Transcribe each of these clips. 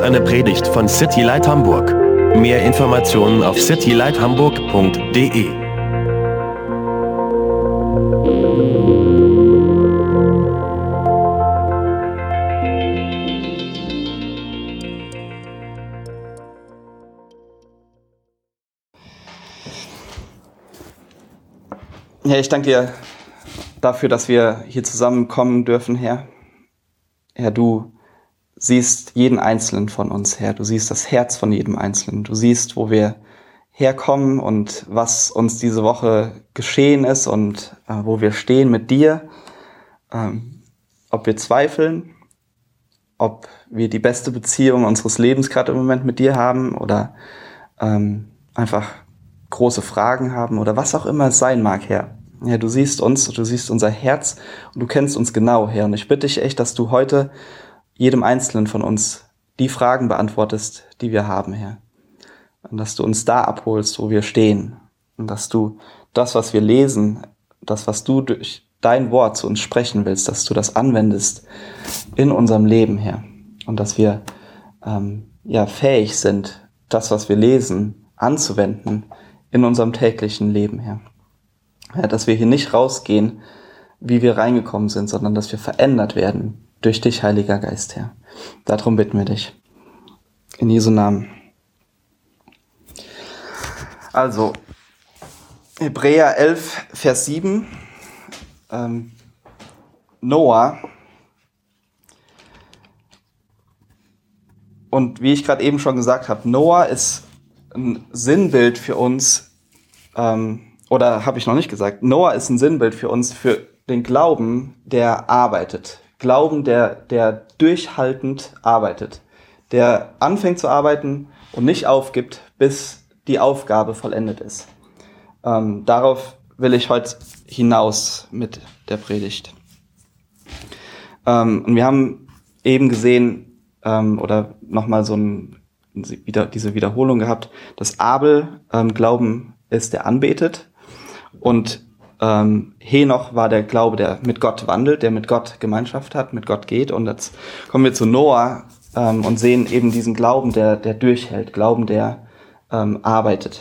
eine Predigt von City Light Hamburg. Mehr Informationen auf citylighthamburg.de. Herr, ich danke dir dafür, dass wir hier zusammenkommen dürfen, Herr. Herr, du siehst jeden Einzelnen von uns, Herr. Du siehst das Herz von jedem Einzelnen. Du siehst, wo wir herkommen und was uns diese Woche geschehen ist und wo wir stehen mit dir. Ob wir zweifeln, ob wir die beste Beziehung unseres Lebens gerade im Moment mit dir haben oder einfach große Fragen haben oder was auch immer es sein mag, Herr. Ja, du siehst uns, du siehst unser Herz und du kennst uns genau, Herr. Und ich bitte dich echt, dass du heute jedem Einzelnen von uns die Fragen beantwortest, die wir haben, Herr. Und dass du uns da abholst, wo wir stehen. Und dass du das, was wir lesen, das, was du durch dein Wort zu uns sprechen willst, dass du das anwendest in unserem Leben, Herr. Und dass wir fähig sind, das, was wir lesen, anzuwenden in unserem täglichen Leben, Herr. Ja, dass wir hier nicht rausgehen, wie wir reingekommen sind, sondern dass wir verändert werden durch dich, Heiliger Geist, Herr. Darum bitten wir dich. In Jesu Namen. Also, Hebräer 11, Vers 7. Noah. Und wie ich gerade eben schon gesagt habe, Noah ist ein Sinnbild für uns, oder habe ich noch nicht gesagt, Noah ist ein Sinnbild für uns, für den Glauben, der arbeitet. Glauben, der durchhaltend arbeitet. Der anfängt zu arbeiten und nicht aufgibt, bis die Aufgabe vollendet ist. Darauf will ich heute hinaus mit der Predigt. Und wir haben eben gesehen, oder nochmal diese Wiederholung gehabt, dass Abel Glauben ist, der anbetet. Und Henoch war der Glaube, der mit Gott wandelt, der mit Gott Gemeinschaft hat, mit Gott geht. Und jetzt kommen wir zu Noah und sehen eben diesen Glauben, der durchhält, Glauben, der arbeitet.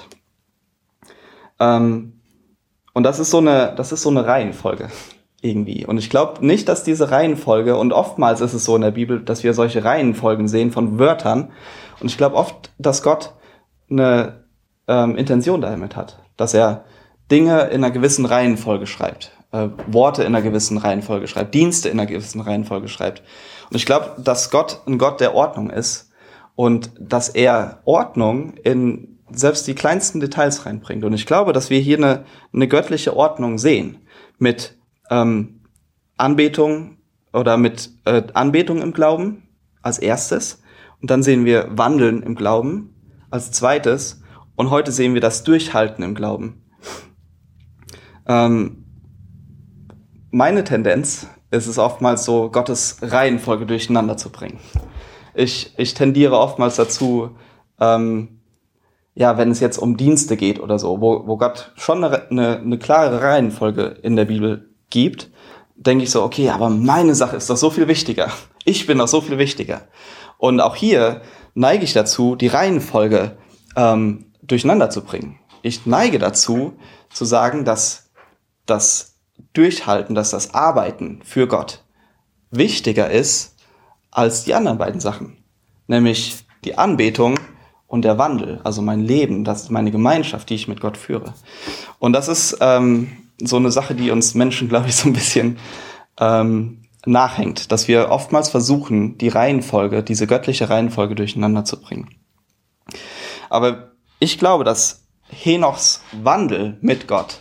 Und das ist so eine Reihenfolge irgendwie. Und ich glaube nicht, dass diese Reihenfolge, und oftmals ist es so in der Bibel, dass wir solche Reihenfolgen sehen von Wörtern. Und ich glaube oft, dass Gott eine Intention damit hat, dass er Dinge in einer gewissen Reihenfolge schreibt, Worte in einer gewissen Reihenfolge schreibt, Dienste in einer gewissen Reihenfolge schreibt. Und ich glaube, dass Gott ein Gott der Ordnung ist und dass er Ordnung in selbst die kleinsten Details reinbringt. Und ich glaube, dass wir hier eine göttliche Ordnung sehen mit Anbetung oder mit Anbetung im Glauben als erstes. Und dann sehen wir Wandeln im Glauben als zweites. Und heute sehen wir das Durchhalten im Glauben. Meine Tendenz ist es oftmals so, Gottes Reihenfolge durcheinander zu bringen. Ich tendiere oftmals dazu, wenn es jetzt um Dienste geht oder so, wo Gott schon eine klare Reihenfolge in der Bibel gibt, denke ich so, okay, aber meine Sache ist doch so viel wichtiger. Ich bin doch so viel wichtiger. Und auch hier neige ich dazu, die Reihenfolge durcheinander zu bringen. Ich neige dazu, zu sagen, dass das Durchhalten, dass das Arbeiten für Gott wichtiger ist als die anderen beiden Sachen. Nämlich die Anbetung und der Wandel, also mein Leben, das ist meine Gemeinschaft, die ich mit Gott führe. Und das ist so eine Sache, die uns Menschen, glaube ich, so ein bisschen nachhängt, dass wir oftmals versuchen, die Reihenfolge, diese göttliche Reihenfolge durcheinander zu bringen. Aber ich glaube, dass Henochs Wandel mit Gott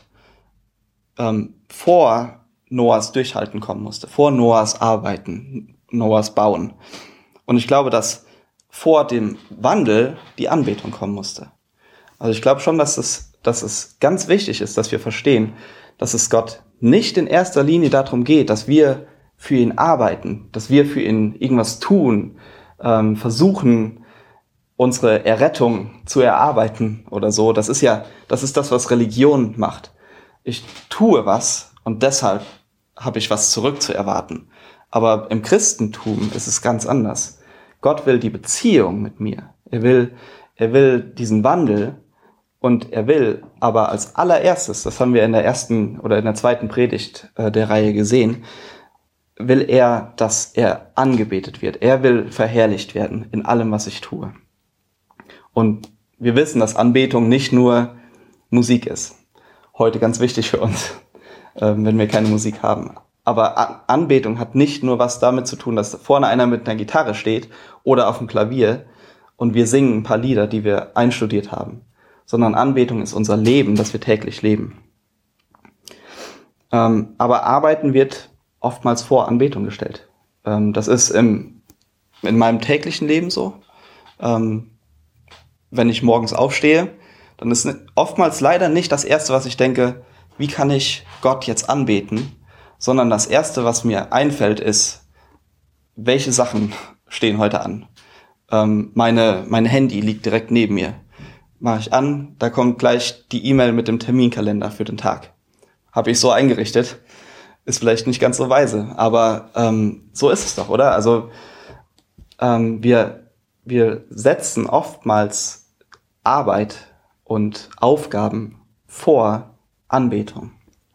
vor Noahs Durchhalten kommen musste, vor Noahs Arbeiten, Noahs Bauen. Und ich glaube, dass vor dem Wandel die Anbetung kommen musste. Also ich glaube schon, dass es ganz wichtig ist, dass wir verstehen, dass es Gott nicht in erster Linie darum geht, dass wir für ihn arbeiten, dass wir für ihn irgendwas tun, versuchen, unsere Errettung zu erarbeiten oder so. Das ist das, was Religion macht. Ich tue was und deshalb habe ich was zurückzuerwarten. Aber im Christentum ist es ganz anders. Gott will die Beziehung mit mir. Er will diesen Wandel und er will aber als allererstes, das haben wir in der ersten oder in der zweiten Predigt der Reihe gesehen, will er, dass er angebetet wird. Er will verherrlicht werden in allem, was ich tue. Und wir wissen, dass Anbetung nicht nur Musik ist. Heute ganz wichtig für uns, wenn wir keine Musik haben. Aber Anbetung hat nicht nur was damit zu tun, dass vorne einer mit einer Gitarre steht oder auf dem Klavier und wir singen ein paar Lieder, die wir einstudiert haben, sondern Anbetung ist unser Leben, das wir täglich leben. Aber Arbeiten wird oftmals vor Anbetung gestellt. Das ist in meinem täglichen Leben so. Wenn ich morgens aufstehe, dann ist oftmals leider nicht das Erste, was ich denke, wie kann ich Gott jetzt anbeten, sondern das Erste, was mir einfällt, ist, welche Sachen stehen heute an. Mein Handy liegt direkt neben mir. Mache ich an, da kommt gleich die E-Mail mit dem Terminkalender für den Tag. Habe ich so eingerichtet. Ist vielleicht nicht ganz so weise, aber so ist es doch, oder? Also wir setzen oftmals Arbeit und Aufgaben vor Anbetung.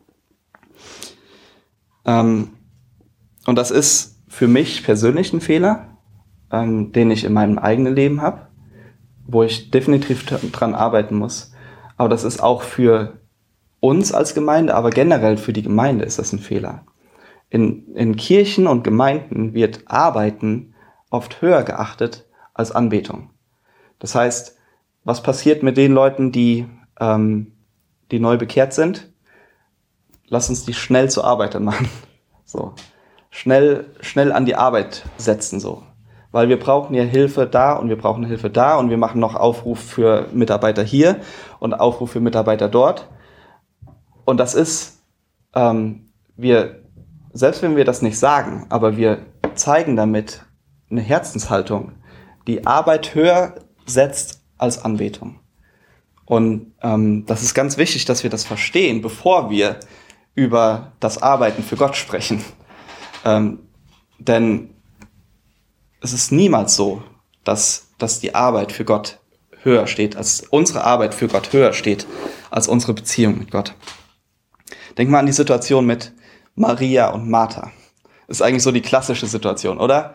Und das ist für mich persönlich ein Fehler, den ich in meinem eigenen Leben habe, wo ich definitiv dran arbeiten muss. Aber das ist auch für uns als Gemeinde, aber generell für die Gemeinde ist das ein Fehler. In Kirchen und Gemeinden wird Arbeiten oft höher geachtet als Anbetung. Das heißt, was passiert mit den Leuten, die neu bekehrt sind? Lass uns die schnell zu Arbeitern machen. So. Schnell an die Arbeit setzen, so. Weil wir brauchen ja Hilfe da und wir brauchen Hilfe da und wir machen noch Aufruf für Mitarbeiter hier und Aufruf für Mitarbeiter dort. Und das ist, selbst wenn wir das nicht sagen, aber wir zeigen damit eine Herzenshaltung, die Arbeit höher setzt als Anbetung. Und das ist ganz wichtig, dass wir das verstehen, bevor wir über das Arbeiten für Gott sprechen. Denn es ist niemals so, dass die Arbeit für Gott höher steht, als unsere Arbeit für Gott höher steht, als unsere Beziehung mit Gott. Denk mal an die Situation mit Maria und Martha. Das ist eigentlich so die klassische Situation, oder?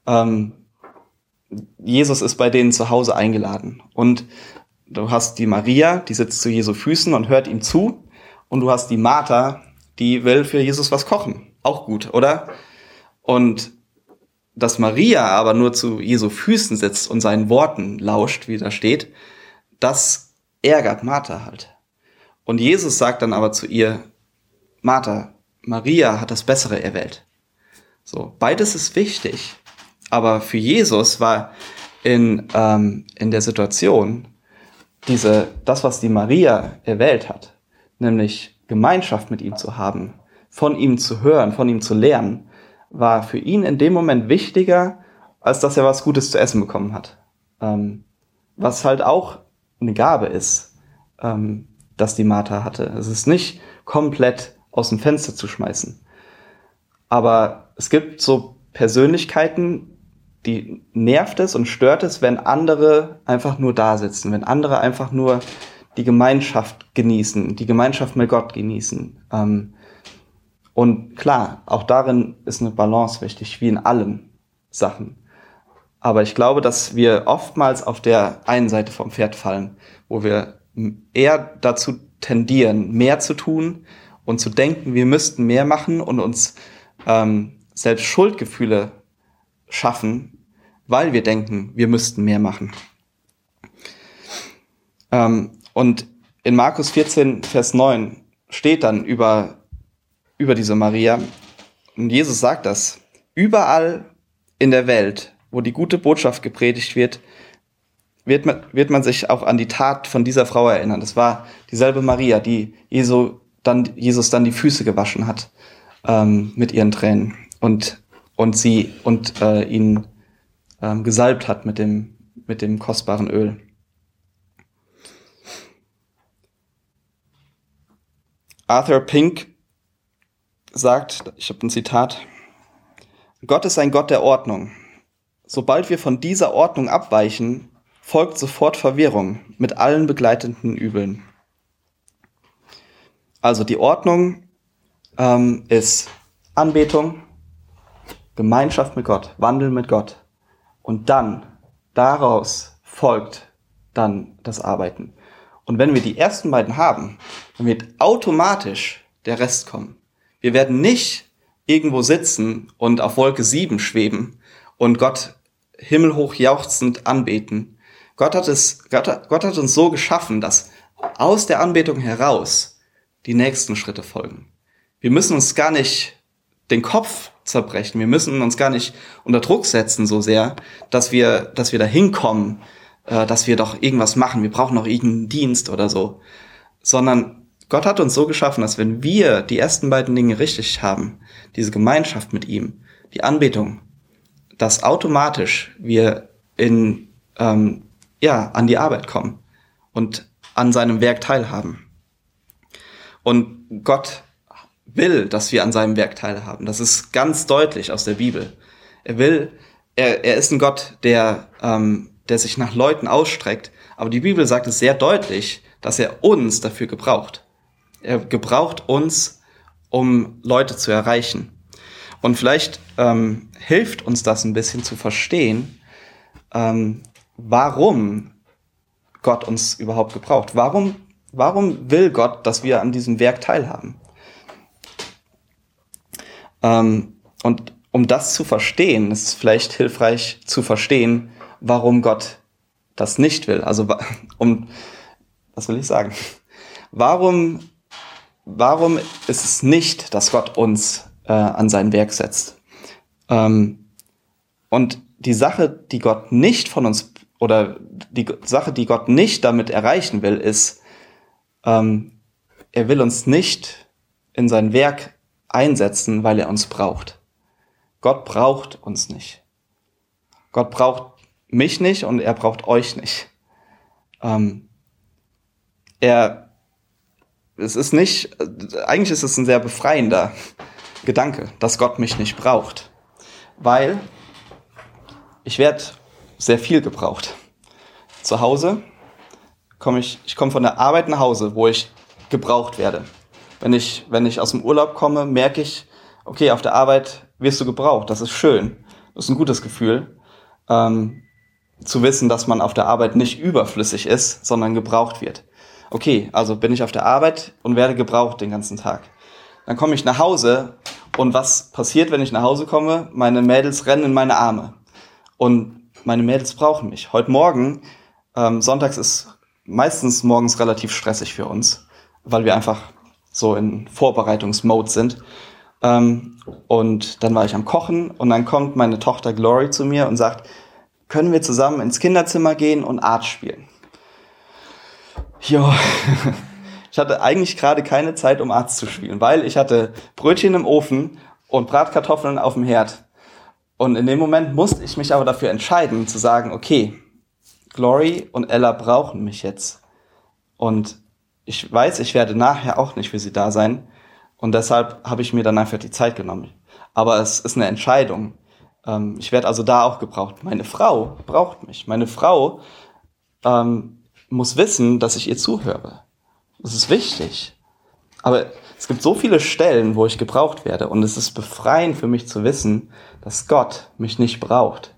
Jesus ist bei denen zu Hause eingeladen und du hast die Maria, die sitzt zu Jesu Füßen und hört ihm zu und du hast die Martha, die will für Jesus was kochen. Auch gut, oder? Und dass Maria aber nur zu Jesu Füßen sitzt und seinen Worten lauscht, wie da steht, das ärgert Martha halt. Und Jesus sagt dann aber zu ihr, Martha, Maria hat das Bessere erwählt. So, beides ist wichtig, aber für Jesus war in der Situation das, was die Maria erwählt hat, nämlich Gemeinschaft mit ihm zu haben, von ihm zu hören, von ihm zu lernen, war für ihn in dem Moment wichtiger, als dass er was Gutes zu essen bekommen hat. Was halt auch eine Gabe ist, dass die Martha hatte. Es ist nicht komplett aus dem Fenster zu schmeißen. Aber es gibt so Persönlichkeiten, die nervt es und stört es, wenn andere einfach nur da sitzen, wenn andere einfach nur die Gemeinschaft genießen, die Gemeinschaft mit Gott genießen. Und klar, auch darin ist eine Balance wichtig, wie in allen Sachen. Aber ich glaube, dass wir oftmals auf der einen Seite vom Pferd fallen, wo wir eher dazu tendieren, mehr zu tun und zu denken, wir müssten mehr machen und uns selbst Schuldgefühle schaffen, weil wir denken, wir müssten mehr machen. Und in Markus 14, Vers 9 steht dann über diese Maria, und Jesus sagt das, überall in der Welt, wo die gute Botschaft gepredigt wird, wird man sich auch an die Tat von dieser Frau erinnern. Das war dieselbe Maria, die Jesus dann die Füße gewaschen hat mit ihren Tränen und ihn gesalbt hat mit dem kostbaren Öl. Arthur Pink sagt, ich habe ein Zitat, Gott ist ein Gott der Ordnung. sobald wir von dieser Ordnung abweichen, folgt sofort Verwirrung mit allen begleitenden Übeln. Also die Ordnung ist Anbetung, Gemeinschaft mit Gott, Wandel mit Gott. Und dann, daraus folgt dann das Arbeiten. Und wenn wir die ersten beiden haben, dann wird automatisch der Rest kommen. Wir werden nicht irgendwo sitzen und auf Wolke 7 schweben und Gott himmelhoch jauchzend anbeten. Gott hat uns so geschaffen, dass aus der Anbetung heraus die nächsten Schritte folgen. Wir müssen uns gar nicht den Kopf zerbrechen. Wir müssen uns gar nicht unter Druck setzen so sehr, dass wir da hinkommen, dass wir doch irgendwas machen. Wir brauchen noch irgendeinen Dienst oder so. Sondern Gott hat uns so geschaffen, dass wenn wir die ersten beiden Dinge richtig haben, diese Gemeinschaft mit ihm, die Anbetung, dass automatisch wir an die Arbeit kommen und an seinem Werk teilhaben. Und Gott will, dass wir an seinem Werk teilhaben. Das ist ganz deutlich aus der Bibel. Er ist ein Gott, der sich nach Leuten ausstreckt, aber die Bibel sagt es sehr deutlich, dass er uns dafür gebraucht. Er gebraucht uns, um Leute zu erreichen. Und vielleicht hilft uns das ein bisschen zu verstehen, warum Gott uns überhaupt gebraucht. Warum will Gott, dass wir an diesem Werk teilhaben? Und um das zu verstehen, ist es vielleicht hilfreich zu verstehen, warum Gott das nicht will. Also, was will ich sagen? Warum ist es nicht, dass Gott uns an sein Werk setzt? Und die Sache, die Gott nicht von uns, oder die Sache, die Gott nicht damit erreichen will, ist, er will uns nicht in sein Werk einsetzen, weil er uns braucht. Gott braucht uns nicht. Gott braucht mich nicht und er braucht euch nicht. Eigentlich ist es ein sehr befreiender Gedanke, dass Gott mich nicht braucht. Weil ich werde sehr viel gebraucht. Zu Hause komme ich von der Arbeit nach Hause, wo ich gebraucht werde. Wenn ich aus dem Urlaub komme, merke ich, okay, auf der Arbeit wirst du gebraucht. Das ist schön. Das ist ein gutes Gefühl, zu wissen, dass man auf der Arbeit nicht überflüssig ist, sondern gebraucht wird. Okay, also bin ich auf der Arbeit und werde gebraucht den ganzen Tag. Dann komme ich nach Hause und was passiert, wenn ich nach Hause komme? Meine Mädels rennen in meine Arme. Und meine Mädels brauchen mich. Heute Morgen, sonntags ist meistens morgens relativ stressig für uns, weil wir einfach so in Vorbereitungsmode sind. Und dann war ich am Kochen und dann kommt meine Tochter Glory zu mir und sagt, können wir zusammen ins Kinderzimmer gehen und Art spielen? Jo, ich hatte eigentlich gerade keine Zeit, um Art zu spielen, weil ich hatte Brötchen im Ofen und Bratkartoffeln auf dem Herd. Und in dem Moment musste ich mich aber dafür entscheiden, zu sagen, okay, Glory und Ella brauchen mich jetzt. Und ich weiß, ich werde nachher auch nicht für sie da sein. Und deshalb habe ich mir dann einfach die Zeit genommen. Aber es ist eine Entscheidung. Ich werde also da auch gebraucht. Meine Frau braucht mich. Meine Frau muss wissen, dass ich ihr zuhöre. Das ist wichtig. Aber es gibt so viele Stellen, wo ich gebraucht werde. Und es ist befreiend für mich zu wissen, dass Gott mich nicht braucht.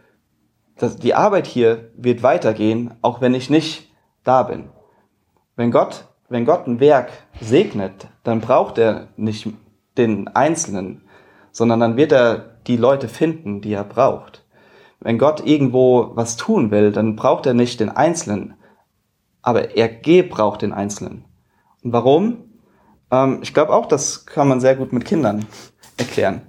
Die Arbeit hier wird weitergehen, auch wenn ich nicht da bin. Wenn Gott ein Werk segnet, dann braucht er nicht den Einzelnen, sondern dann wird er die Leute finden, die er braucht. Wenn Gott irgendwo was tun will, dann braucht er nicht den Einzelnen, aber er braucht den Einzelnen. Und warum? Ich glaube auch, das kann man sehr gut mit Kindern erklären.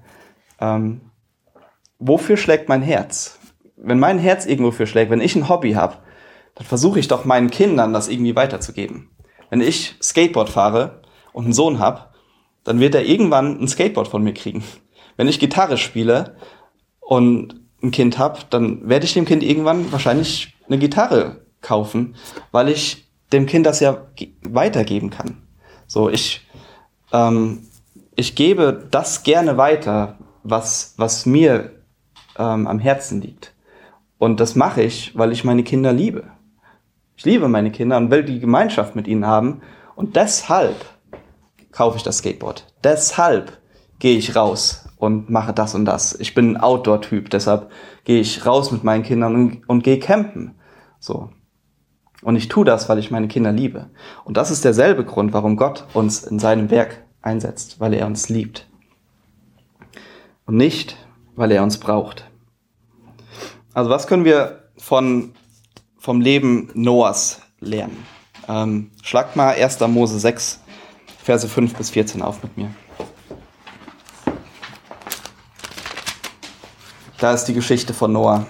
Wofür schlägt mein Herz? Wenn mein Herz irgendwo für schlägt, wenn ich ein Hobby habe, dann versuche ich doch meinen Kindern das irgendwie weiterzugeben. Wenn ich Skateboard fahre und einen Sohn habe, dann wird er irgendwann ein Skateboard von mir kriegen. Wenn ich Gitarre spiele und ein Kind habe, dann werde ich dem Kind irgendwann wahrscheinlich eine Gitarre kaufen, weil ich dem Kind das ja weitergeben kann. So, ich gebe das gerne weiter, was mir am Herzen liegt. Und das mache ich, weil ich meine Kinder liebe. Ich liebe meine Kinder und will die Gemeinschaft mit ihnen haben. Und deshalb kaufe ich das Skateboard. Deshalb gehe ich raus und mache das und das. Ich bin ein Outdoor-Typ, deshalb gehe ich raus mit meinen Kindern und gehe campen. So. Und ich tue das, weil ich meine Kinder liebe. Und das ist derselbe Grund, warum Gott uns in seinem Werk einsetzt, weil er uns liebt. Und nicht, weil er uns braucht. Also was können wir vom Leben Noahs lernen? Schlagt mal 1. Mose 6, Verse 5 bis 14 auf mit mir. Da ist die Geschichte von Noah.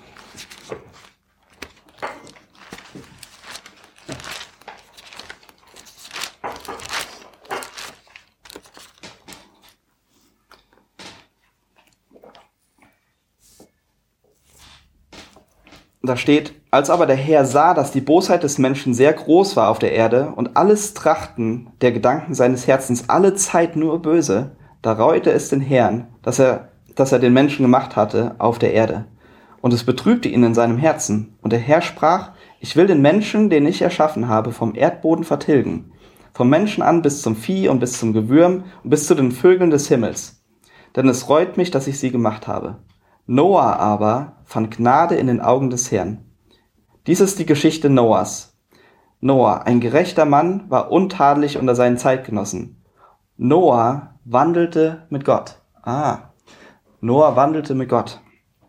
Da steht, als aber der Herr sah, dass die Bosheit des Menschen sehr groß war auf der Erde und alles Trachten der Gedanken seines Herzens alle Zeit nur böse, da reute es den Herrn, dass er den Menschen gemacht hatte auf der Erde. Und es betrübte ihn in seinem Herzen. Und der Herr sprach, ich will den Menschen, den ich erschaffen habe, vom Erdboden vertilgen. Vom Menschen an bis zum Vieh und bis zum Gewürm und bis zu den Vögeln des Himmels. Denn es reut mich, dass ich sie gemacht habe. Noah aber fand Gnade in den Augen des Herrn. Dies ist die Geschichte Noahs. Noah, ein gerechter Mann, war untadelig unter seinen Zeitgenossen. Noah wandelte mit Gott. Noah wandelte mit Gott.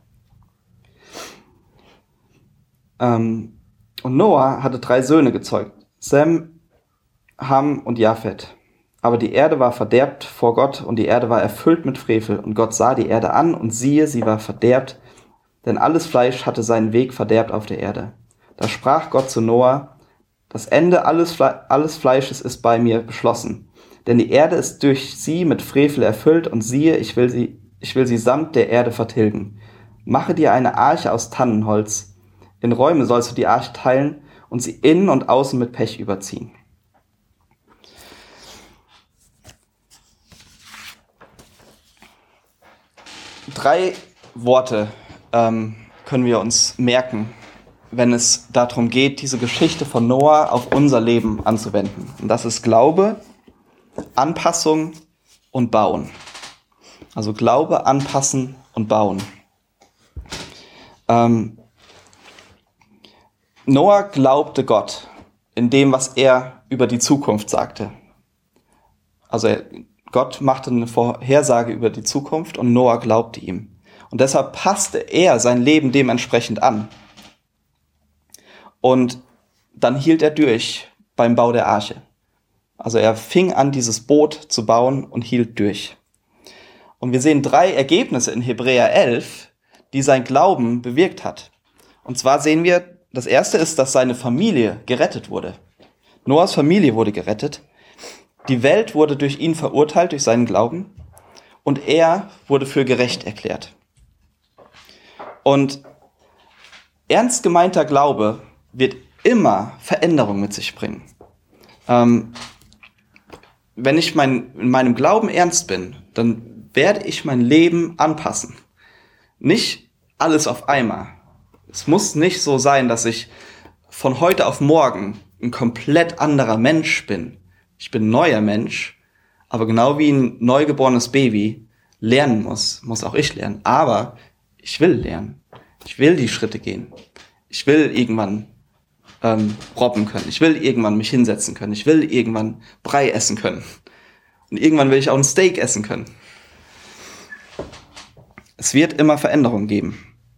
Und Noah hatte 3 Söhne gezeugt. Sem, Ham und Japhet. Aber die Erde war verderbt vor Gott und die Erde war erfüllt mit Frevel. Und Gott sah die Erde an und siehe, sie war verderbt, denn alles Fleisch hatte seinen Weg verderbt auf der Erde. Da sprach Gott zu Noah, das Ende alles Fleisches ist bei mir beschlossen. Denn die Erde ist durch sie mit Frevel erfüllt und siehe, ich will sie samt der Erde vertilgen. Mache dir eine Arche aus Tannenholz. In Räume sollst du die Arche teilen und sie innen und außen mit Pech überziehen. Drei Worte können wir uns merken, wenn es darum geht, diese Geschichte von Noah auf unser Leben anzuwenden. Und das ist Glaube, Anpassung und Bauen. Also Glaube, Anpassen und Bauen. Noah glaubte Gott in dem, was er über die Zukunft sagte. Also Gott machte eine Vorhersage über die Zukunft und Noah glaubte ihm. Und deshalb passte er sein Leben dementsprechend an. Und dann hielt er durch beim Bau der Arche. Also er fing an, dieses Boot zu bauen und hielt durch. Und wir sehen 3 Ergebnisse in Hebräer 11, die sein Glauben bewirkt hat. Und zwar sehen wir, das erste ist, dass seine Familie gerettet wurde. Noahs Familie wurde gerettet. Die Welt wurde durch ihn verurteilt, durch seinen Glauben. Und er wurde für gerecht erklärt. Und ernst gemeinter Glaube wird immer Veränderung mit sich bringen. Wenn ich in meinem Glauben ernst bin, dann werde ich mein Leben anpassen. Nicht alles auf einmal. Es muss nicht so sein, dass ich von heute auf morgen ein komplett anderer Mensch bin. Ich bin ein neuer Mensch, aber genau wie ein neugeborenes Baby lernen muss auch ich lernen. Aber ich will lernen. Ich will die Schritte gehen. Ich will irgendwann robben können. Ich will irgendwann mich hinsetzen können. Ich will irgendwann Brei essen können. Und irgendwann will ich auch ein Steak essen können. Es wird immer Veränderungen geben.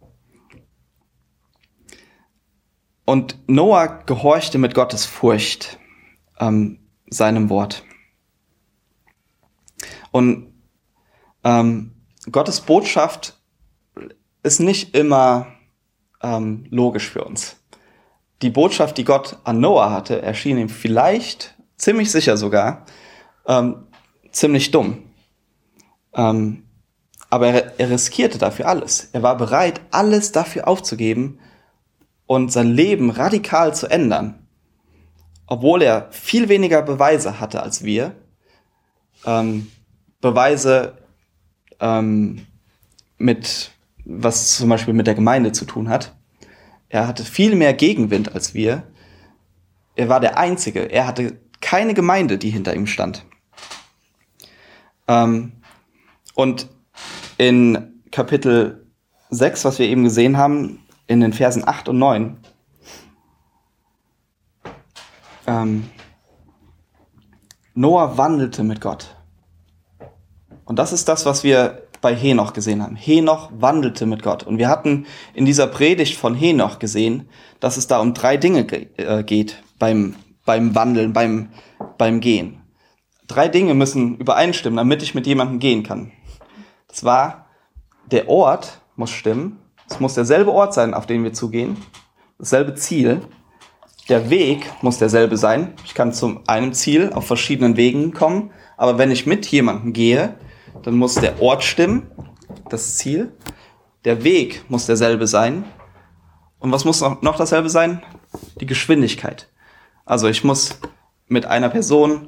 Und Noah gehorchte mit Gottes Furcht seinem Wort. Und Gottes Botschaft ist nicht immer logisch für uns. Die Botschaft, die Gott an Noah hatte, erschien ihm vielleicht, ziemlich sicher sogar, ziemlich dumm. Aber er riskierte dafür alles. Er war bereit, alles dafür aufzugeben und sein Leben radikal zu ändern. Obwohl er viel weniger Beweise hatte als wir. Beweise mit was zum Beispiel mit der Gemeinde zu tun hat. Er hatte viel mehr Gegenwind als wir. Er war der Einzige. Er hatte keine Gemeinde, die hinter ihm stand. Und in Kapitel 6, was wir eben gesehen haben, in den Versen 8 und 9, Noah wandelte mit Gott. Und das ist das, was wir bei Henoch gesehen haben. Henoch wandelte mit Gott. Und wir hatten in dieser Predigt von Henoch gesehen, dass es da um 3 Dinge geht beim Wandeln, beim Gehen. 3 Dinge müssen übereinstimmen, damit ich mit jemandem gehen kann. Das war, der Ort muss stimmen. Es muss derselbe Ort sein, auf den wir zugehen. Dasselbe Ziel. Der Weg muss derselbe sein. Ich kann zu einem Ziel auf verschiedenen Wegen kommen. Aber wenn ich mit jemandem gehe, dann muss der Ort stimmen, das Ziel. Der Weg muss derselbe sein. Und was muss noch dasselbe sein? Die Geschwindigkeit. Also ich muss mit einer Person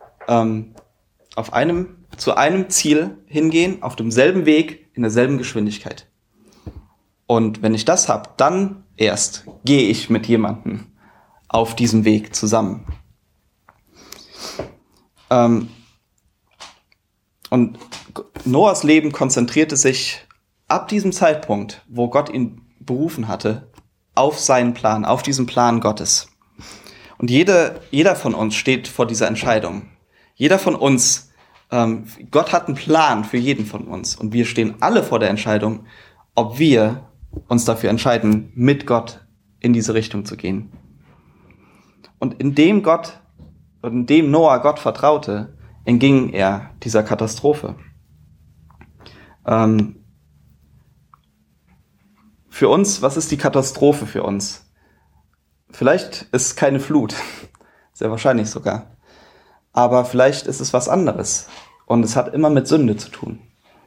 zu einem Ziel hingehen, auf demselben Weg, in derselben Geschwindigkeit. Und wenn ich das habe, dann erst gehe ich mit jemandem auf diesem Weg zusammen. Und Noahs Leben konzentrierte sich ab diesem Zeitpunkt, wo Gott ihn berufen hatte, auf seinen Plan, auf diesen Plan Gottes. Und jeder von uns steht vor dieser Entscheidung. Jeder von uns, Gott hat einen Plan für jeden von uns. Und wir stehen alle vor der Entscheidung, ob wir uns dafür entscheiden, mit Gott in diese Richtung zu gehen. Und indem Noah Gott vertraute, entging er dieser Katastrophe. Für uns, was ist die Katastrophe für uns? Vielleicht ist es keine Flut, sehr wahrscheinlich sogar. Aber vielleicht ist es was anderes. Und es hat immer mit Sünde zu tun.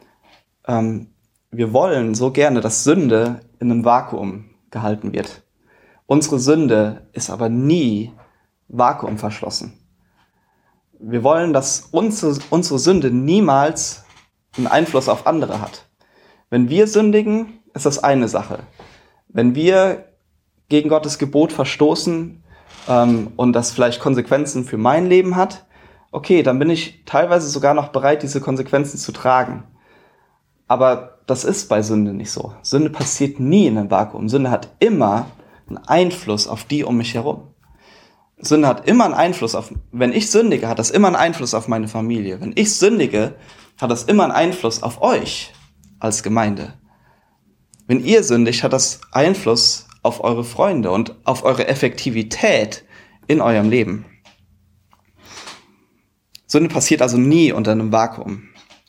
Wir wollen so gerne, dass Sünde in einem Vakuum gehalten wird. Unsere Sünde ist aber nie vakuumverschlossen. Wir wollen, dass unsere Sünde niemals einen Einfluss auf andere hat. Wenn wir sündigen, ist das eine Sache. Wenn wir gegen Gottes Gebot verstoßen und das vielleicht Konsequenzen für mein Leben hat, okay, dann bin ich teilweise sogar noch bereit, diese Konsequenzen zu tragen. Aber das ist bei Sünde nicht so. Sünde passiert nie in einem Vakuum. Sünde hat immer einen Einfluss auf die um mich herum. Sünde hat immer einen Einfluss wenn ich sündige, hat das immer einen Einfluss auf meine Familie. Wenn ich sündige, hat das immer einen Einfluss auf euch als Gemeinde. Wenn ihr sündigt, hat das Einfluss auf eure Freunde und auf eure Effektivität in eurem Leben. Sünde passiert also nie unter einem Vakuum.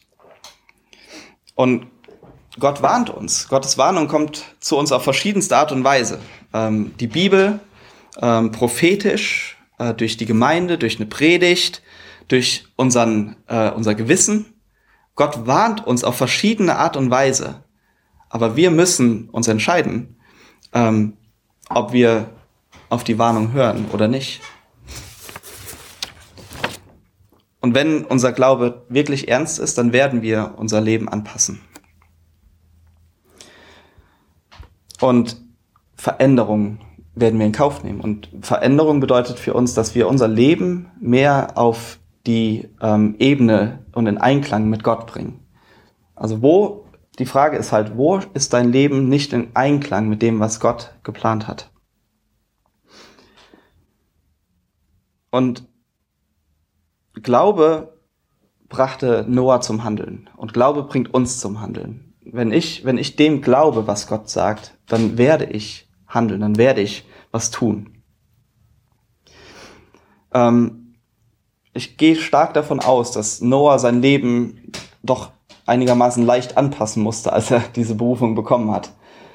Und Gott warnt uns. Gottes Warnung kommt zu uns auf verschiedenste Art und Weise. Die Bibel, prophetisch, durch die Gemeinde, durch eine Predigt, durch unser Gewissen. Gott warnt uns auf verschiedene Art und Weise. Aber wir müssen uns entscheiden, ob wir auf die Warnung hören oder nicht. Und wenn unser Glaube wirklich ernst ist, dann werden wir unser Leben anpassen. Und Veränderung werden wir in Kauf nehmen. Und Veränderung bedeutet für uns, dass wir unser Leben mehr auf die Ebene und in Einklang mit Gott bringen. Also die Frage ist halt, wo ist dein Leben nicht in Einklang mit dem, was Gott geplant hat? Und Glaube brachte Noah zum Handeln und Glaube bringt uns zum Handeln. Wenn ich dem glaube, was Gott sagt, dann werde ich handeln, dann werde ich was tun. Ich gehe stark davon aus, dass Noah sein Leben doch einigermaßen leicht anpassen musste, als er diese Berufung bekommen hat.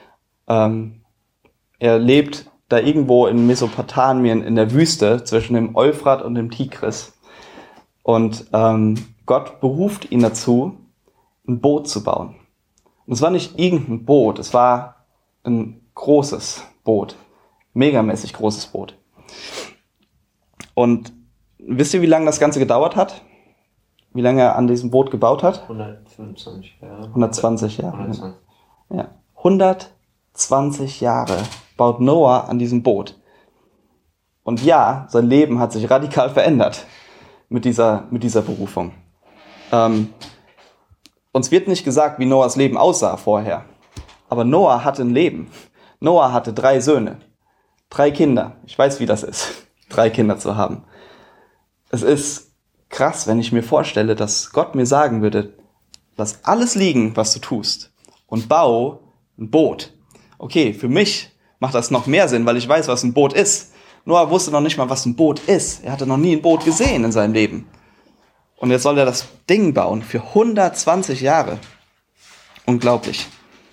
Er lebt da irgendwo in Mesopotamien in der Wüste zwischen dem Euphrat und dem Tigris. Und Gott beruft ihn dazu, ein Boot zu bauen. Und es war nicht irgendein Boot, es war ein großes Boot. Megamäßig großes Boot. Und wisst ihr, wie lange das Ganze gedauert hat? Wie lange er an diesem Boot gebaut hat? 125 Jahre. 120 Jahre. 120. Ja, 120 Jahre baut Noah an diesem Boot. Und ja, sein Leben hat sich radikal verändert mit dieser Berufung. Uns wird nicht gesagt, wie Noahs Leben aussah vorher. Aber Noah hatte ein Leben. Noah hatte 3 Söhne, 3 Kinder. Ich weiß, wie das ist, 3 Kinder zu haben. Es ist krass, wenn ich mir vorstelle, dass Gott mir sagen würde, lass alles liegen, was du tust, und bau ein Boot. Okay, für mich macht das noch mehr Sinn, weil ich weiß, was ein Boot ist. Noah wusste noch nicht mal, was ein Boot ist. Er hatte noch nie ein Boot gesehen in seinem Leben. Und jetzt soll er das Ding bauen für 120 Jahre. Unglaublich.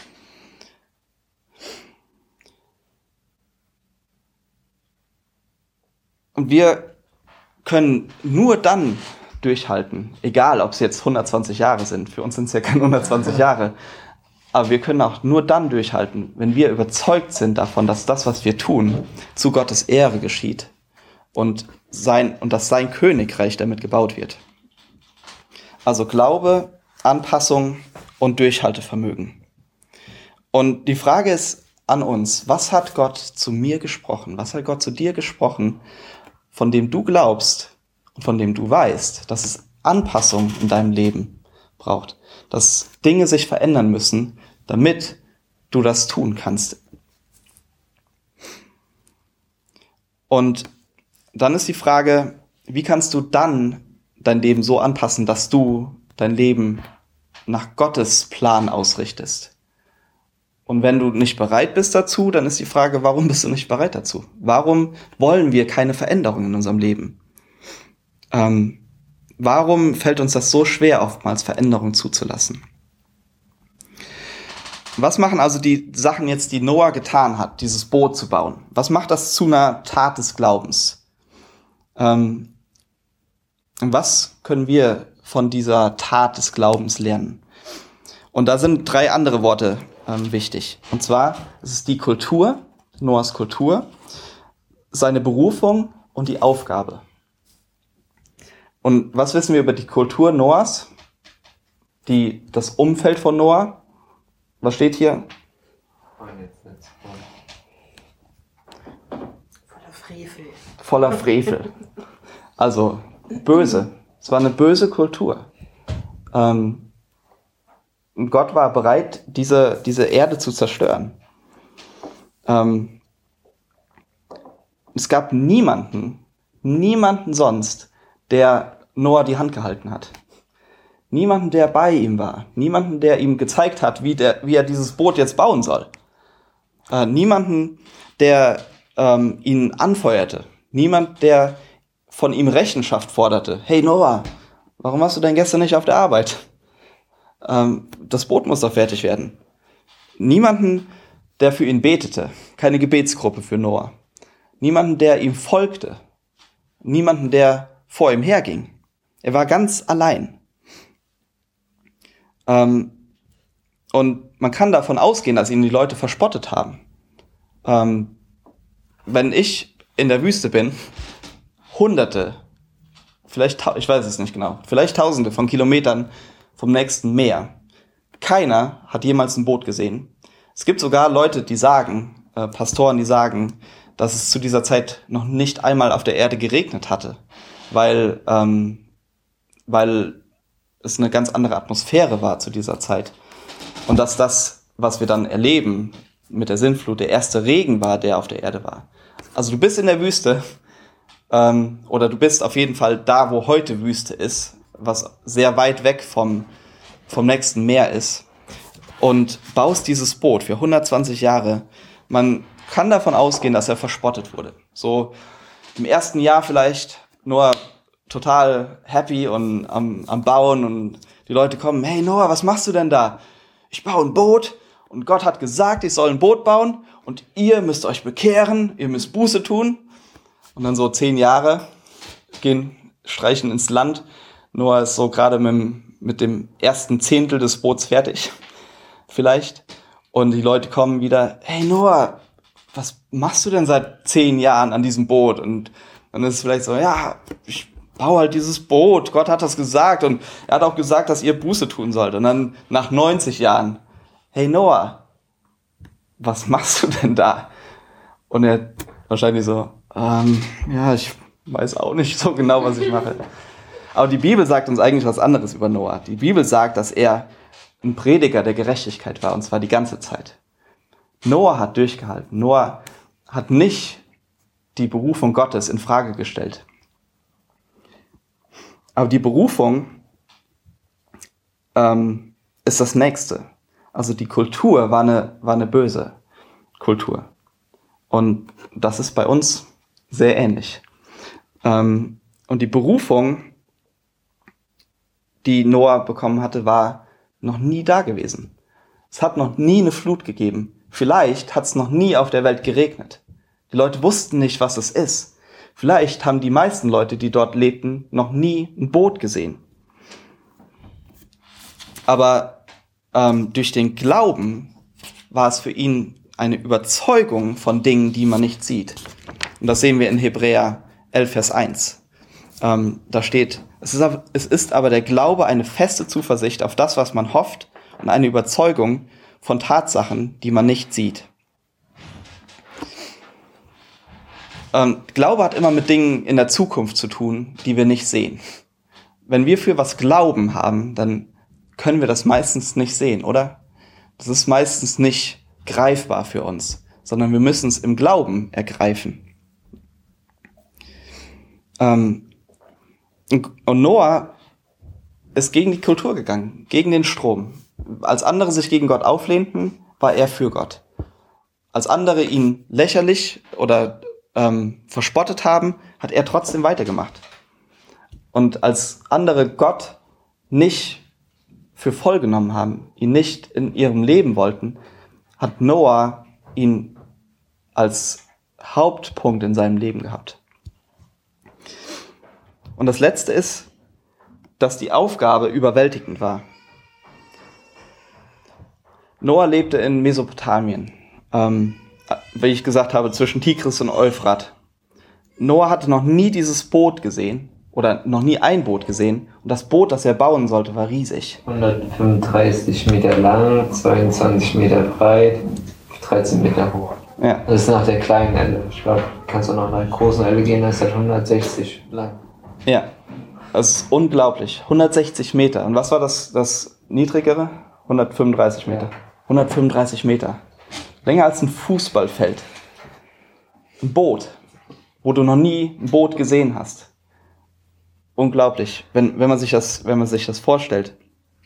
Und wir können nur dann durchhalten, egal ob es jetzt 120 Jahre sind. Für uns sind es ja keine 120 Jahre. Aber wir können auch nur dann durchhalten, wenn wir überzeugt sind davon, dass das, was wir tun, zu Gottes Ehre geschieht und dass sein Königreich damit gebaut wird. Also Glaube, Anpassung und Durchhaltevermögen. Und die Frage ist an uns, was hat Gott zu mir gesprochen? Was hat Gott zu dir gesprochen, von dem du glaubst und von dem du weißt, dass es Anpassung in deinem Leben braucht, dass Dinge sich verändern müssen, damit du das tun kannst. Und dann ist die Frage, wie kannst du dann dein Leben so anpassen, dass du dein Leben nach Gottes Plan ausrichtest? Und wenn du nicht bereit bist dazu, dann ist die Frage, warum bist du nicht bereit dazu? Warum wollen wir keine Veränderung in unserem Leben? Warum fällt uns das so schwer, oftmals Veränderung zuzulassen? Was machen also die Sachen jetzt, die Noah getan hat, dieses Boot zu bauen? Was macht das zu einer Tat des Glaubens? Und was können wir von dieser Tat des Glaubens lernen? Und da sind 3 andere Worte wichtig. Und zwar ist es die Kultur, Noahs Kultur, seine Berufung und die Aufgabe. Und was wissen wir über die Kultur Noahs? Das Umfeld von Noah. Was steht hier? Voller Frevel. Voller Frevel. Also böse. Es war eine böse Kultur. Und Gott war bereit, diese Erde zu zerstören. Es gab niemanden sonst, der Noah die Hand gehalten hat. Niemanden, der bei ihm war. Niemanden, der ihm gezeigt hat, wie er dieses Boot jetzt bauen soll. Niemanden, der ihn anfeuerte. Niemand, der von ihm Rechenschaft forderte. Hey Noah, warum warst du denn gestern nicht auf der Arbeit? Das Boot muss doch fertig werden. Niemanden, der für ihn betete. Keine Gebetsgruppe für Noah. Niemanden, der ihm folgte. Niemanden, der vor ihm herging. Er war ganz allein. Und man kann davon ausgehen, dass ihn die Leute verspottet haben. Wenn ich in der Wüste bin, Hunderte, vielleicht, ich weiß es nicht genau, vielleicht Tausende von Kilometern vom nächsten Meer. Keiner hat jemals ein Boot gesehen. Es gibt sogar Leute, die sagen, Pastoren, die sagen, dass es zu dieser Zeit noch nicht einmal auf der Erde geregnet hatte, weil es eine ganz andere Atmosphäre war zu dieser Zeit. Und dass das, was wir dann erleben mit der Sintflut, der erste Regen war, der auf der Erde war. Also du bist in der Wüste, oder du bist auf jeden Fall da, wo heute Wüste ist, was sehr weit weg vom nächsten Meer ist, und baust dieses Boot für 120 Jahre. Man kann davon ausgehen, dass er verspottet wurde. So im ersten Jahr vielleicht nur total happy und am Bauen, und die Leute kommen, hey Noah, was machst du denn da? Ich baue ein Boot und Gott hat gesagt, ich soll ein Boot bauen und ihr müsst euch bekehren, ihr müsst Buße tun. Und dann so 10 Jahre streichen ins Land. Noah ist so gerade mit dem ersten Zehntel des Boots fertig, vielleicht. Und die Leute kommen wieder, hey Noah, was machst du denn seit 10 Jahren an diesem Boot? Und dann ist es vielleicht so, ja, ich baue halt dieses Boot. Gott hat das gesagt und er hat auch gesagt, dass ihr Buße tun sollt. Und dann nach 90 Jahren, hey Noah, was machst du denn da? Und er wahrscheinlich so, ja, ich weiß auch nicht so genau, was ich mache. Aber die Bibel sagt uns eigentlich was anderes über Noah. Die Bibel sagt, dass er ein Prediger der Gerechtigkeit war, und zwar die ganze Zeit. Noah hat durchgehalten. Noah hat nicht die Berufung Gottes in Frage gestellt. Aber die Berufung ist das Nächste. Also die Kultur war eine böse Kultur. Und das ist bei uns sehr ähnlich. Und die Berufung, die Noah bekommen hatte, war noch nie da gewesen. Es hat noch nie eine Flut gegeben. Vielleicht hat es noch nie auf der Welt geregnet. Die Leute wussten nicht, was es ist. Vielleicht haben die meisten Leute, die dort lebten, noch nie ein Boot gesehen. Aber durch den Glauben war es für ihn eine Überzeugung von Dingen, die man nicht sieht. Und das sehen wir in Hebräer 11, Vers 1. Da steht, es ist aber der Glaube eine feste Zuversicht auf das, was man hofft, und eine Überzeugung von Tatsachen, die man nicht sieht. Glaube hat immer mit Dingen in der Zukunft zu tun, die wir nicht sehen. Wenn wir für was Glauben haben, dann können wir das meistens nicht sehen, oder? Das ist meistens nicht greifbar für uns, sondern wir müssen es im Glauben ergreifen. Und Noah ist gegen die Kultur gegangen, gegen den Strom. Als andere sich gegen Gott auflehnten, war er für Gott. Als andere ihn lächerlich oder verspottet haben, hat er trotzdem weitergemacht. Und als andere Gott nicht für voll genommen haben, ihn nicht in ihrem Leben wollten, hat Noah ihn als Hauptpunkt in seinem Leben gehabt. Und das Letzte ist, dass die Aufgabe überwältigend war. Noah lebte in Mesopotamien, wie ich gesagt habe, zwischen Tigris und Euphrat. Noah hatte noch nie dieses Boot gesehen oder noch nie ein Boot gesehen. Und das Boot, das er bauen sollte, war riesig. 135 Meter lang, 22 Meter breit, 13 Meter hoch. Ja. Das ist nach der kleinen Elle. Ich glaube, kannst du noch nach der großen Elle gehen, das ist halt 160 lang. Ja, das ist unglaublich. 160 Meter. Und was war das niedrigere? 135 Meter. 135 Meter. Länger als ein Fußballfeld. Ein Boot, wo du noch nie ein Boot gesehen hast. Unglaublich, wenn man sich das vorstellt.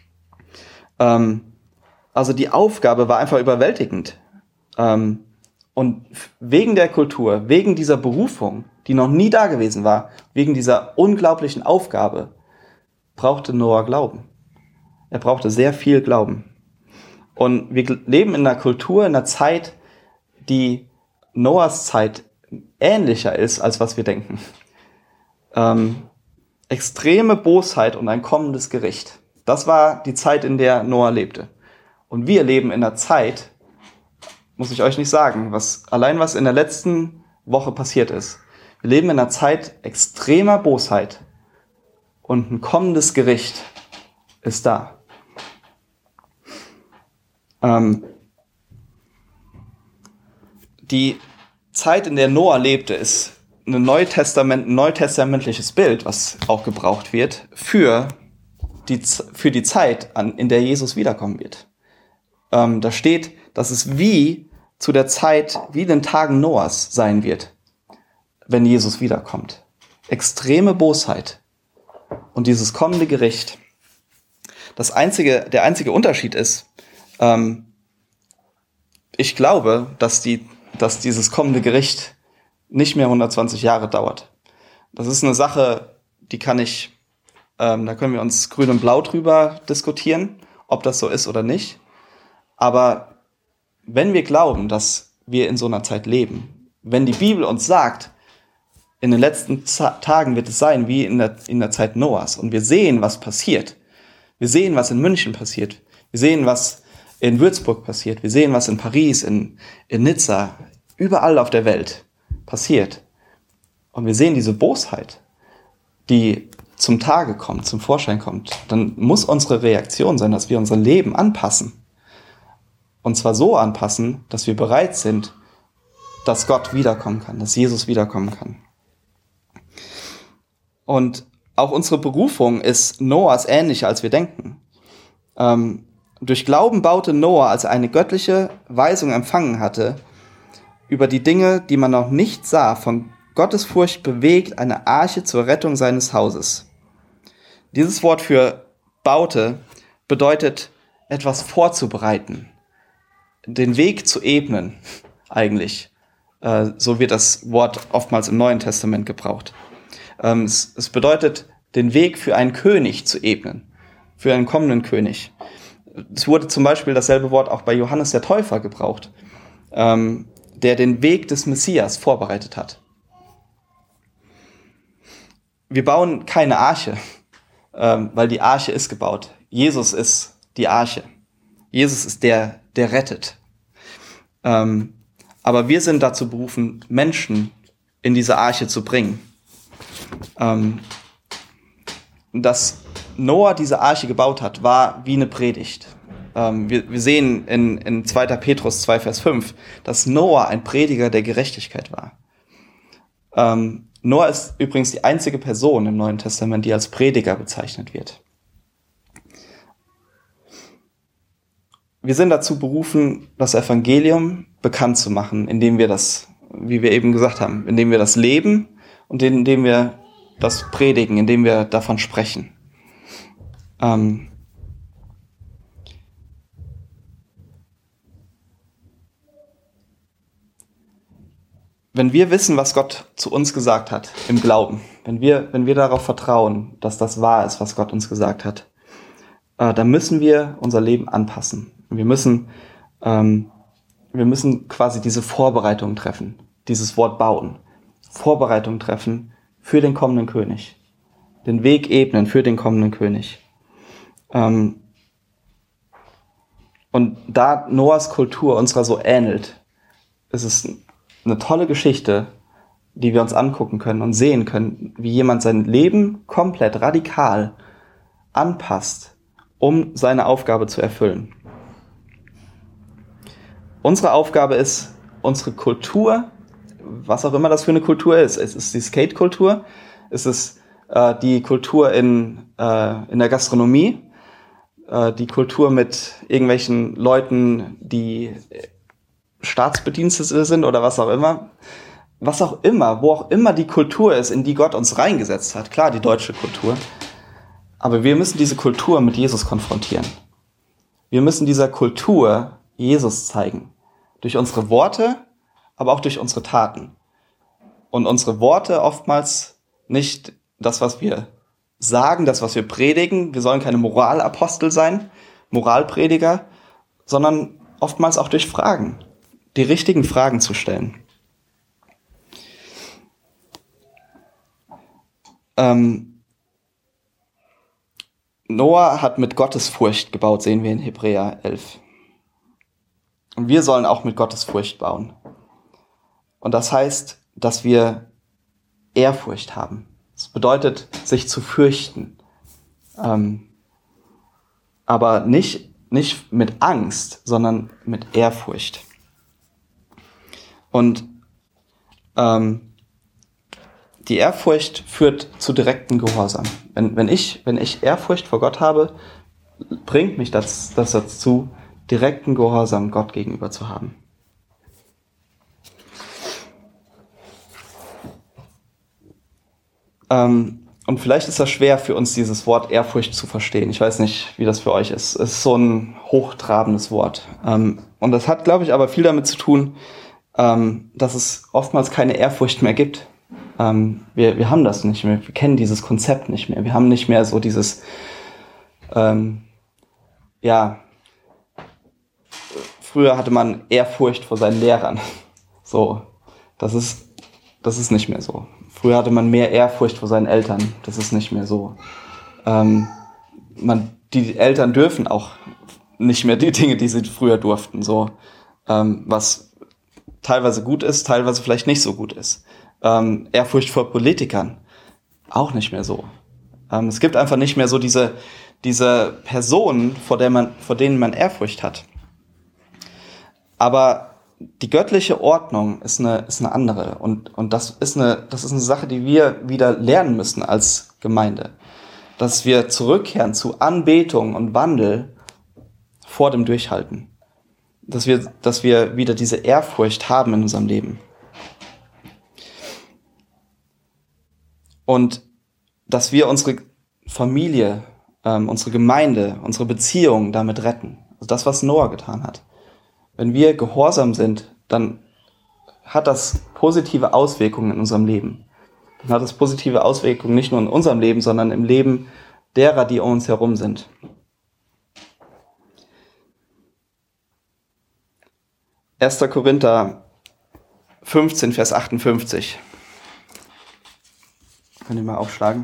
Also die Aufgabe war einfach überwältigend. Und wegen der Kultur, wegen dieser Berufung, die noch nie da gewesen war, wegen dieser unglaublichen Aufgabe, brauchte Noah Glauben. Er brauchte sehr viel Glauben. Und wir leben in einer Kultur, in einer Zeit, die Noahs Zeit ähnlicher ist, als was wir denken. Extreme Bosheit und ein kommendes Gericht. Das war die Zeit, in der Noah lebte. Und wir leben in einer Zeit, muss ich euch nicht sagen, was in der letzten Woche passiert ist. Wir leben in einer Zeit extremer Bosheit und ein kommendes Gericht ist da. Die Zeit, in der Noah lebte, ist ein neutestamentliches Bild, was auch gebraucht wird für die Zeit, in der Jesus wiederkommen wird. Da steht, dass es wie zu der Zeit, wie in den Tagen Noahs sein wird, wenn Jesus wiederkommt. Extreme Bosheit und dieses kommende Gericht. Der einzige Unterschied ist, ich glaube, dass dieses kommende Gericht nicht mehr 120 Jahre dauert. Das ist eine Sache, da können wir uns grün und blau drüber diskutieren, ob das so ist oder nicht. Aber wenn wir glauben, dass wir in so einer Zeit leben, wenn die Bibel uns sagt, in den letzten Tagen wird es sein wie in der Zeit Noahs und wir sehen, was passiert. Wir sehen, was in München passiert. Wir sehen, was in Würzburg passiert. Wir sehen, was in Paris, in Nizza, überall auf der Welt passiert. Und wir sehen diese Bosheit, die zum Tage kommt, zum Vorschein kommt. Dann muss unsere Reaktion sein, dass wir unser Leben anpassen. Und zwar so anpassen, dass wir bereit sind, dass Gott wiederkommen kann, dass Jesus wiederkommen kann. Und auch unsere Berufung ist Noahs ähnlicher, als wir denken. Durch Glauben baute Noah, als er eine göttliche Weisung empfangen hatte, über die Dinge, die man noch nicht sah, von Gottesfurcht bewegt, eine Arche zur Rettung seines Hauses. Dieses Wort für baute bedeutet, etwas vorzubereiten, den Weg zu ebnen, eigentlich. So wird das Wort oftmals im Neuen Testament gebraucht. Es bedeutet, den Weg für einen König zu ebnen, für einen kommenden König. Es wurde zum Beispiel dasselbe Wort auch bei Johannes der Täufer gebraucht, der den Weg des Messias vorbereitet hat. Wir bauen keine Arche, weil die Arche ist gebaut. Jesus ist die Arche. Jesus ist der rettet. Aber wir sind dazu berufen, Menschen in diese Arche zu bringen. Dass Noah diese Arche gebaut hat, war wie eine Predigt. Wir sehen in 2. Petrus 2, Vers 5, dass Noah ein Prediger der Gerechtigkeit war. Noah ist übrigens die einzige Person im Neuen Testament, die als Prediger bezeichnet wird. Wir sind dazu berufen, das Evangelium bekannt zu machen, indem wir das, wie wir eben gesagt haben, indem wir das leben und indem wir das predigen, indem wir davon sprechen. Wenn wir wissen, was Gott zu uns gesagt hat, im Glauben, wenn wir darauf vertrauen, dass das wahr ist, was Gott uns gesagt hat, dann müssen wir unser Leben anpassen. Wir müssen quasi diese Vorbereitung treffen, dieses Wort bauen, Vorbereitung treffen für den kommenden König, den Weg ebnen für den kommenden König. Und da Noahs Kultur unserer so ähnelt, ist es eine tolle Geschichte, die wir uns angucken können und sehen können, wie jemand sein Leben komplett radikal anpasst, um seine Aufgabe zu erfüllen. Unsere Aufgabe ist, unsere Kultur, was auch immer das für eine Kultur ist, es ist die Skate-Kultur, es ist die Kultur in der Gastronomie, die Kultur mit irgendwelchen Leuten, die Staatsbedienstete sind oder was auch immer, wo auch immer die Kultur ist, in die Gott uns reingesetzt hat, klar, die deutsche Kultur, aber wir müssen diese Kultur mit Jesus konfrontieren. Wir müssen dieser Kultur Jesus zeigen. Durch unsere Worte, aber auch durch unsere Taten. Und unsere Worte oftmals nicht das, was wir sagen, das, was wir predigen. Wir sollen keine Moralapostel sein, Moralprediger, sondern oftmals auch durch Fragen. Die richtigen Fragen zu stellen. Noah hat mit Gottesfurcht gebaut, sehen wir in Hebräer 11. Und wir sollen auch mit Gottesfurcht bauen. Und das heißt, dass wir Ehrfurcht haben. Das bedeutet, sich zu fürchten. Aber nicht mit Angst, sondern mit Ehrfurcht. Und die Ehrfurcht führt zu direktem Gehorsam. Wenn ich Ehrfurcht vor Gott habe, bringt mich das dazu, direkten Gehorsam Gott gegenüber zu haben. Und vielleicht ist das schwer für uns, dieses Wort Ehrfurcht zu verstehen. Ich weiß nicht, wie das für euch ist. Es ist so ein hochtrabendes Wort. Und das hat, glaube ich, aber viel damit zu tun, dass es oftmals keine Ehrfurcht mehr gibt. Wir haben das nicht mehr. Wir kennen dieses Konzept nicht mehr. Wir haben nicht mehr so dieses, früher hatte man Ehrfurcht vor seinen Lehrern. So, das ist nicht mehr so. Früher hatte man mehr Ehrfurcht vor seinen Eltern. Das ist nicht mehr so. Die Eltern dürfen auch nicht mehr die Dinge, die sie früher durften. So, was teilweise gut ist, teilweise vielleicht nicht so gut ist. Ehrfurcht vor Politikern auch nicht mehr so. Es gibt einfach nicht mehr so diese Personen, vor denen man Ehrfurcht hat. Aber die göttliche Ordnung ist eine andere. Und das ist eine Sache, die wir wieder lernen müssen als Gemeinde. Dass wir zurückkehren zu Anbetung und Wandel vor dem Durchhalten. Dass wir wieder diese Ehrfurcht haben in unserem Leben. Und dass wir unsere Familie, unsere Gemeinde, unsere Beziehungen damit retten. Also das, was Noah getan hat. Wenn wir gehorsam sind, dann hat das positive Auswirkungen in unserem Leben. Dann hat das positive Auswirkungen nicht nur in unserem Leben, sondern im Leben derer, die um uns herum sind. Erster Korinther 15, Vers 58. Könnt ihr mal aufschlagen?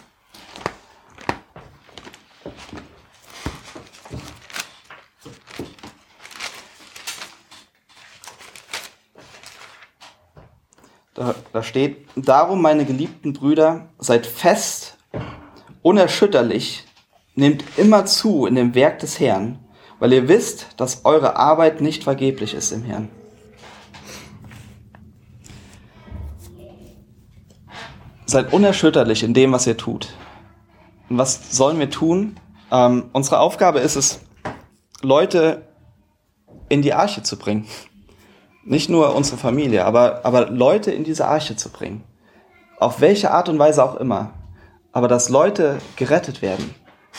Da steht: Darum, meine geliebten Brüder, seid fest, unerschütterlich, nehmt immer zu in dem Werk des Herrn, weil ihr wisst, dass eure Arbeit nicht vergeblich ist im Herrn. Seid unerschütterlich in dem, was ihr tut. Und was sollen wir tun? Unsere Aufgabe ist es, Leute in die Arche zu bringen. Nicht nur unsere Familie, aber Leute in diese Arche zu bringen. Auf welche Art und Weise auch immer. Aber dass Leute gerettet werden.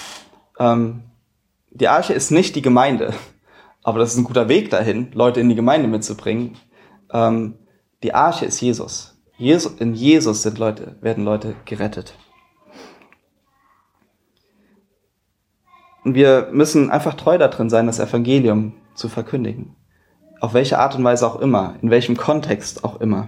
Die Arche ist nicht die Gemeinde. Aber das ist ein guter Weg dahin, Leute in die Gemeinde mitzubringen. Die Arche ist Jesus. In Jesus werden Leute gerettet. Und wir müssen einfach treu darin sein, das Evangelium zu verkündigen. Auf welche Art und Weise auch immer, in welchem Kontext auch immer.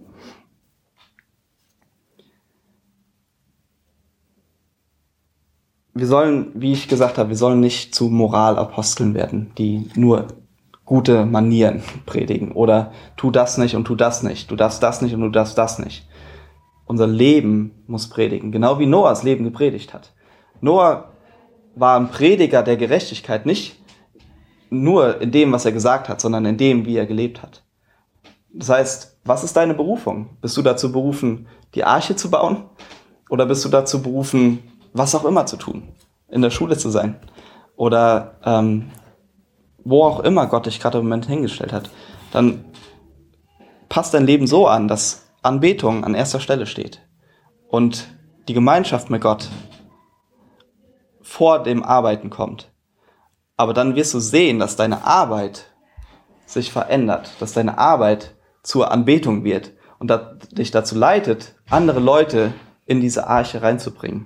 Wir sollen, wie ich gesagt habe, wir sollen nicht zu Moralaposteln werden, die nur gute Manieren predigen oder tu das nicht und tu das nicht, du darfst das nicht und du darfst das nicht. Unser Leben muss predigen, genau wie Noahs Leben gepredigt hat. Noah war ein Prediger der Gerechtigkeit, nicht nur in dem, was er gesagt hat, sondern in dem, wie er gelebt hat. Das heißt, was ist deine Berufung? Bist du dazu berufen, die Arche zu bauen? Oder bist du dazu berufen, was auch immer zu tun? In der Schule zu sein? Oder wo auch immer Gott dich gerade im Moment hingestellt hat? Dann passt dein Leben so an, dass Anbetung an erster Stelle steht. Und die Gemeinschaft mit Gott vor dem Arbeiten kommt. Aber dann wirst du sehen, dass deine Arbeit sich verändert, dass deine Arbeit zur Anbetung wird und dich dazu leitet, andere Leute in diese Arche reinzubringen.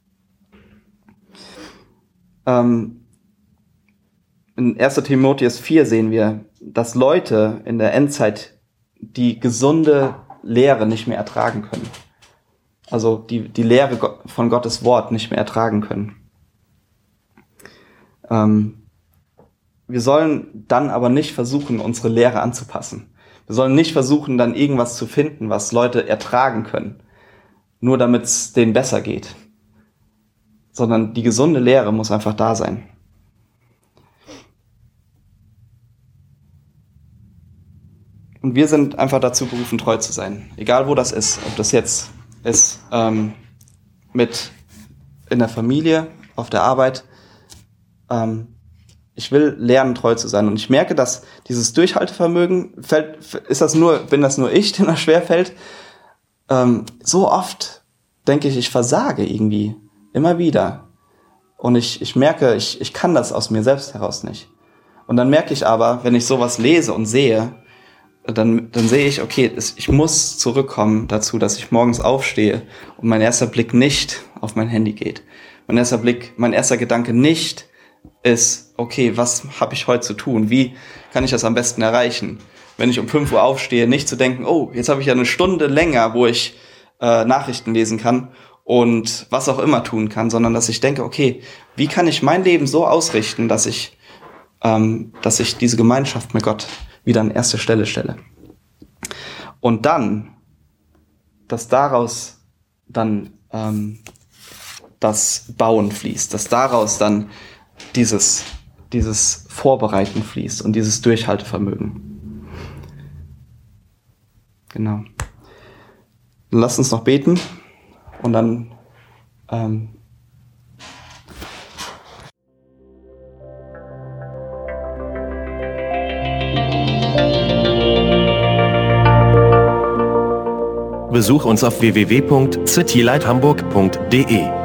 In 1. Timotheus 4 sehen wir, dass Leute in der Endzeit die gesunde Lehre nicht mehr ertragen können. Also die Lehre von Gottes Wort nicht mehr ertragen können. Wir sollen dann aber nicht versuchen, unsere Lehre anzupassen. Wir sollen nicht versuchen, dann irgendwas zu finden, was Leute ertragen können, nur damit es denen besser geht. Sondern die gesunde Lehre muss einfach da sein. Und wir sind einfach dazu berufen, treu zu sein. Egal wo das ist. Ob das jetzt ist mit in der Familie, auf der Arbeit. Ich will lernen, treu zu sein. Und ich merke, dass dieses Durchhaltevermögen, bin das nur ich, dem das schwerfällt? So oft denke ich versage irgendwie. Immer wieder. Und ich merke, ich kann das aus mir selbst heraus nicht. Und dann merke ich aber, wenn ich sowas lese und sehe, dann sehe ich, okay, ich muss zurückkommen dazu, dass ich morgens aufstehe und mein erster Blick nicht auf mein Handy geht. Mein erster Gedanke nicht ist, okay, was habe ich heute zu tun? Wie kann ich das am besten erreichen? Wenn ich um 5 Uhr aufstehe, nicht zu denken, oh, jetzt habe ich ja eine Stunde länger, wo ich Nachrichten lesen kann und was auch immer tun kann, sondern dass ich denke, okay, wie kann ich mein Leben so ausrichten, dass ich diese Gemeinschaft mit Gott wieder an erste Stelle stelle. Und dann, dass daraus dann das Bauen fließt, dass daraus dann dieses dieses Vorbereiten fließt und dieses Durchhaltevermögen. Genau. Dann lasst uns noch beten und dann Besuch uns auf www.citylighthamburg.de.